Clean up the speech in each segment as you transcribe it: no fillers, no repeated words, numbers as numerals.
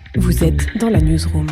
Vous êtes dans la newsroom.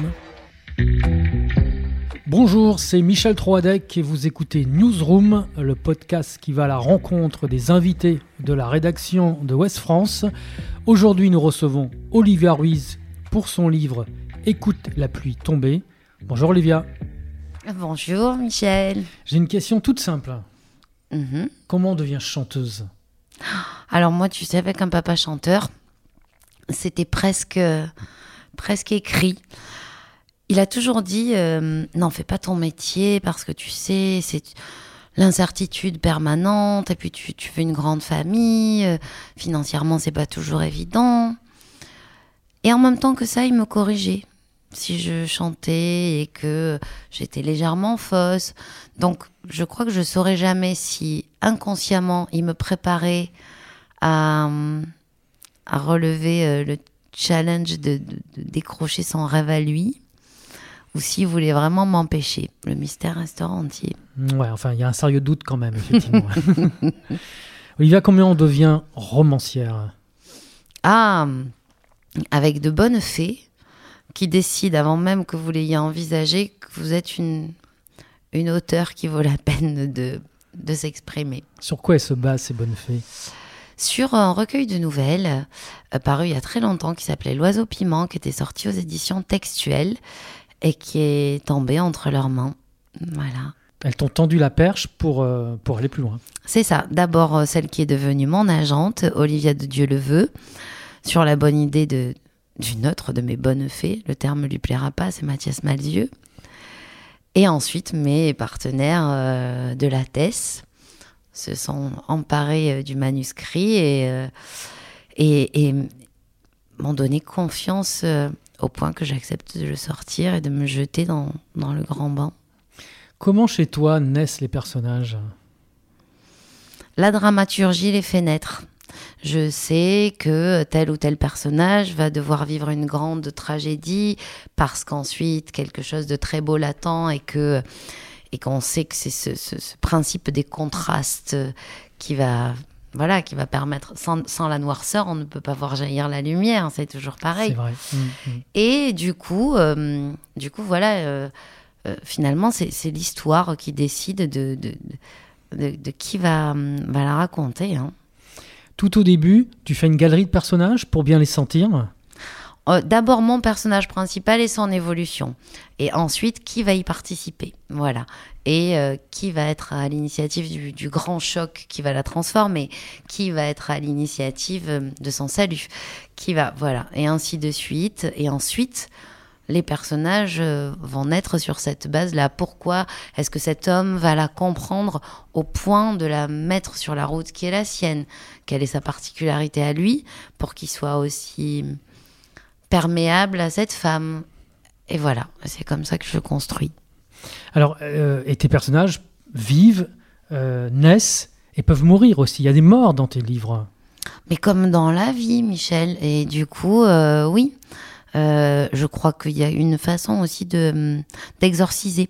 Bonjour, c'est Michel Troadec et vous écoutez Newsroom, le podcast qui va à la rencontre des invités de la rédaction de Ouest France. Aujourd'hui, nous recevons Olivia Ruiz pour son livre « Écoute la pluie tomber ». Bonjour Olivia. Bonjour Michel. J'ai une question toute simple. Comment on devient chanteuse ? Alors moi, tu sais, avec un papa chanteur, c'était presque écrit. Il a toujours dit non, fais pas ton métier parce que tu sais, c'est l'incertitude permanente et puis tu veux une grande famille, financièrement c'est pas toujours évident. Et en même temps que ça, il me corrigeait si je chantais et que j'étais légèrement fausse. Donc je crois que je saurais jamais si inconsciemment il me préparait à relever le challenge de décrocher son rêve à lui, ou s'il voulait vraiment m'empêcher. Le mystère restera entier. Ouais, enfin, il y a un sérieux doute quand même, effectivement. Olivia, combien on devient romancière ? Ah, avec de bonnes fées qui décident, avant même que vous l'ayez envisagé, que vous êtes une auteure qui vaut la peine de s'exprimer. Sur quoi elle se base, ces bonnes fées ? Sur un recueil de nouvelles paru il y a très longtemps qui s'appelait L'Oiseau Piment, qui était sorti aux éditions Textuelles et qui est tombé entre leurs mains. Voilà. Elles t'ont tendu la perche pour aller plus loin. C'est ça. D'abord, celle qui est devenue mon agente, Olivia de Dieu-le-Veut, sur la bonne idée d'une autre de mes bonnes fées. Le terme ne lui plaira pas, c'est Mathias Malzieu. Et ensuite, mes partenaires de la thèse se sont emparés du manuscrit et m'ont donné confiance au point que j'accepte de le sortir et de me jeter dans le grand bain. Comment chez toi naissent les personnages ? La dramaturgie les fait naître. Je sais que tel ou tel personnage va devoir vivre une grande tragédie parce qu'ensuite quelque chose de très beau l'attend et qu'on sait que c'est ce principe des contrastes qui va permettre, sans la noirceur, on ne peut pas voir jaillir la lumière, c'est toujours pareil. C'est vrai. Et du coup, finalement, c'est l'histoire qui décide de qui va la raconter. Hein. Tout au début, tu fais une galerie de personnages pour bien les sentir ? D'abord mon personnage principal et son évolution. Et ensuite, qui va y participer. Voilà. Et qui va être à l'initiative du grand choc qui va la transformer. Qui va être à l'initiative de son salut. Voilà. Et ainsi de suite. Et ensuite, les personnages vont naître sur cette base-là. Pourquoi est-ce que cet homme va la comprendre au point de la mettre sur la route qui est la sienne ? Quelle est sa particularité à lui pour qu'il soit aussi perméable à cette femme. Et voilà, c'est comme ça que je construis. Alors, et tes personnages vivent, naissent et peuvent mourir aussi. Il y a des morts dans tes livres. Mais comme dans la vie, Michel. Et du coup, oui, je crois qu'il y a une façon aussi d'exorciser.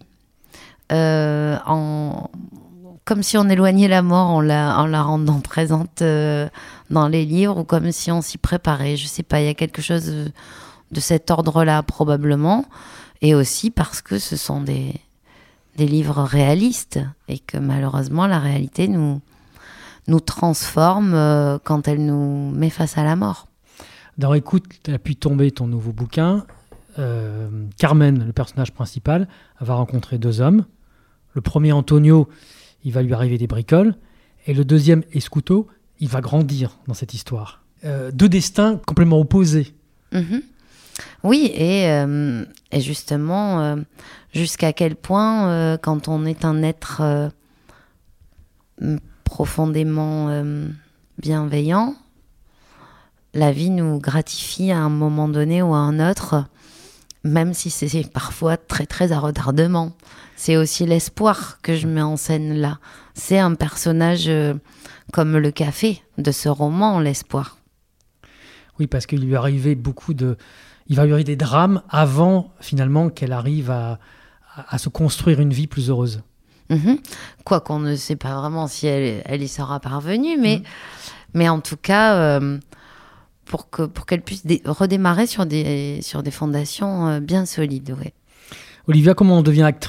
Comme si on éloignait la mort en la rendant présente dans les livres, ou comme si on s'y préparait. Je sais pas, il y a quelque chose de cet ordre-là probablement, et aussi parce que ce sont des livres réalistes et que malheureusement la réalité nous transforme quand elle nous met face à la mort. Dans Écoute la pluie tomber, ton nouveau bouquin, Carmen, le personnage principal, va rencontrer deux hommes. Le premier, Antonio, il va lui arriver des bricoles. Et le deuxième, Escuto, il va grandir dans cette histoire. Deux destins complètement opposés. Mm-hmm. Oui, et justement, jusqu'à quel point, quand on est un être profondément bienveillant, la vie nous gratifie à un moment donné ou à un autre, même si c'est parfois très très à retardement. C'est aussi l'espoir que je mets en scène là. C'est un personnage comme le café de ce roman, l'espoir. Oui, parce qu'il lui arrivait il va y avoir des drames avant finalement qu'elle arrive à se construire une vie plus heureuse. Mmh. Quoi qu'on ne sait pas vraiment si elle y sera parvenue, mais en tout cas, pour qu'elle puisse redémarrer sur des fondations bien solides. Ouais. Olivia, comment on devient actrice ?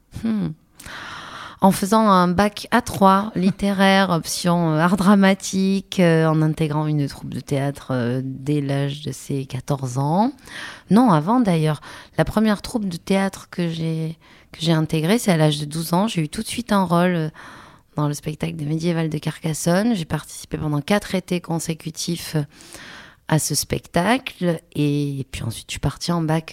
En faisant un bac A3 littéraire, option art dramatique, en intégrant une troupe de théâtre dès l'âge de ses 14 ans. Non, avant d'ailleurs. La première troupe de théâtre que j'ai intégrée, c'est à l'âge de 12 ans. J'ai eu tout de suite un rôle dans le spectacle des Médiévales de Carcassonne. J'ai participé pendant 4 étés consécutifs à ce spectacle. Et puis ensuite, je suis partie en bac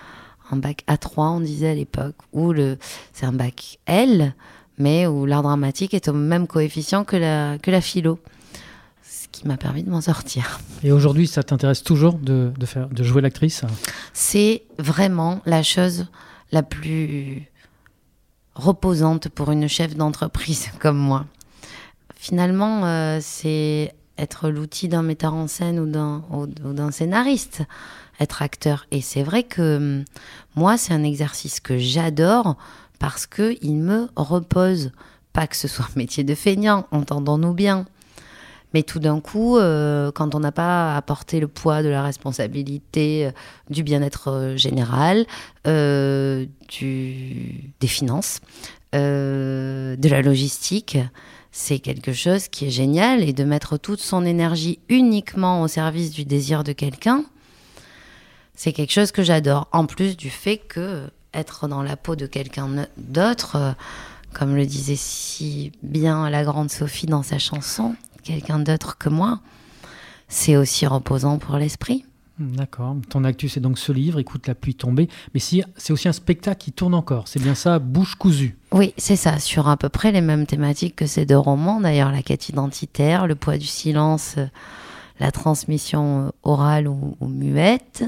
A3, on disait à l'époque, c'est un bac L, mais où l'art dramatique est au même coefficient que la philo. Ce qui m'a permis de m'en sortir. Et aujourd'hui, ça t'intéresse toujours de jouer l'actrice ? C'est vraiment la chose la plus reposante pour une chef d'entreprise comme moi. Finalement, c'est être l'outil d'un metteur en scène ou d'un scénariste, être acteur. Et c'est vrai que moi, c'est un exercice que j'adore parce qu'il me repose. Pas que ce soit un métier de feignant, entendons-nous bien. Mais tout d'un coup, quand on n'a pas à porter le poids de la responsabilité du bien-être général, des finances, de la logistique, c'est quelque chose qui est génial. Et de mettre toute son énergie uniquement au service du désir de quelqu'un, c'est quelque chose que j'adore. En plus du fait que être dans la peau de quelqu'un d'autre, comme le disait si bien la grande Sophie dans sa chanson, quelqu'un d'autre que moi, c'est aussi reposant pour l'esprit. D'accord. Ton actu, c'est donc ce livre, Écoute la pluie tomber. Mais si, c'est aussi un spectacle qui tourne encore. C'est bien ça, Bouche cousue. Oui, c'est ça. Sur à peu près les mêmes thématiques que ces 2 romans. D'ailleurs, la quête identitaire, le poids du silence, la transmission orale ou muette,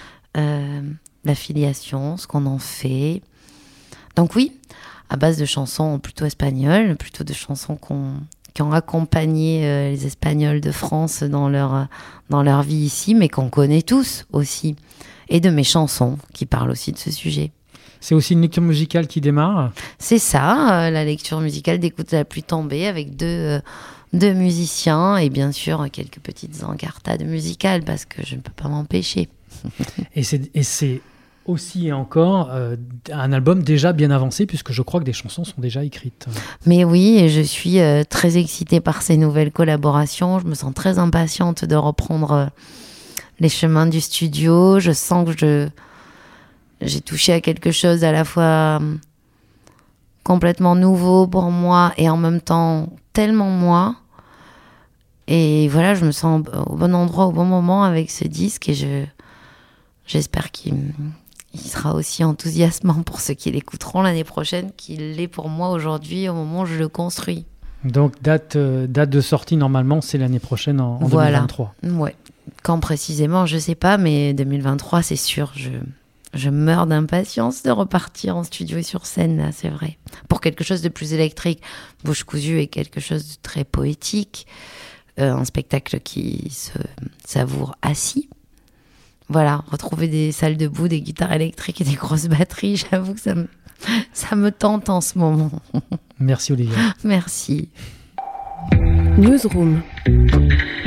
la filiation, ce qu'on en fait. Donc oui, à base de chansons plutôt espagnoles, plutôt de chansons qui ont accompagné les Espagnols de France dans leur vie ici, mais qu'on connaît tous aussi. Et de mes chansons qui parlent aussi de ce sujet. C'est aussi une lecture musicale qui démarre ? C'est ça, la lecture musicale d'Écoute la pluie tomber avec deux musiciens et bien sûr quelques petites encartades musicales parce que je ne peux pas m'empêcher. Et c'est aussi et encore un album déjà bien avancé puisque je crois que des chansons sont déjà écrites. Mais oui, et je suis très excitée par ces nouvelles collaborations. Je me sens très impatiente de reprendre les chemins du studio. Je sens que j'ai touché à quelque chose à la fois complètement nouveau pour moi et en même temps tellement moi. Et voilà, je me sens au bon endroit, au bon moment avec ce disque et j'espère qu'il sera aussi enthousiasmant pour ceux qui l'écouteront l'année prochaine qu'il l'est pour moi aujourd'hui au moment où je le construis. Donc date de sortie normalement c'est l'année prochaine en voilà. 2023. Ouais. Quand précisément je sais pas, mais 2023 c'est sûr. Je meurs d'impatience de repartir en studio et sur scène là, c'est vrai. Pour quelque chose de plus électrique, Bouche cousue est quelque chose de très poétique, un spectacle qui se savoure assis. Voilà, retrouver des salles debout, des guitares électriques et des grosses batteries, j'avoue que ça me tente en ce moment. Merci Olivia. Merci. Newsroom.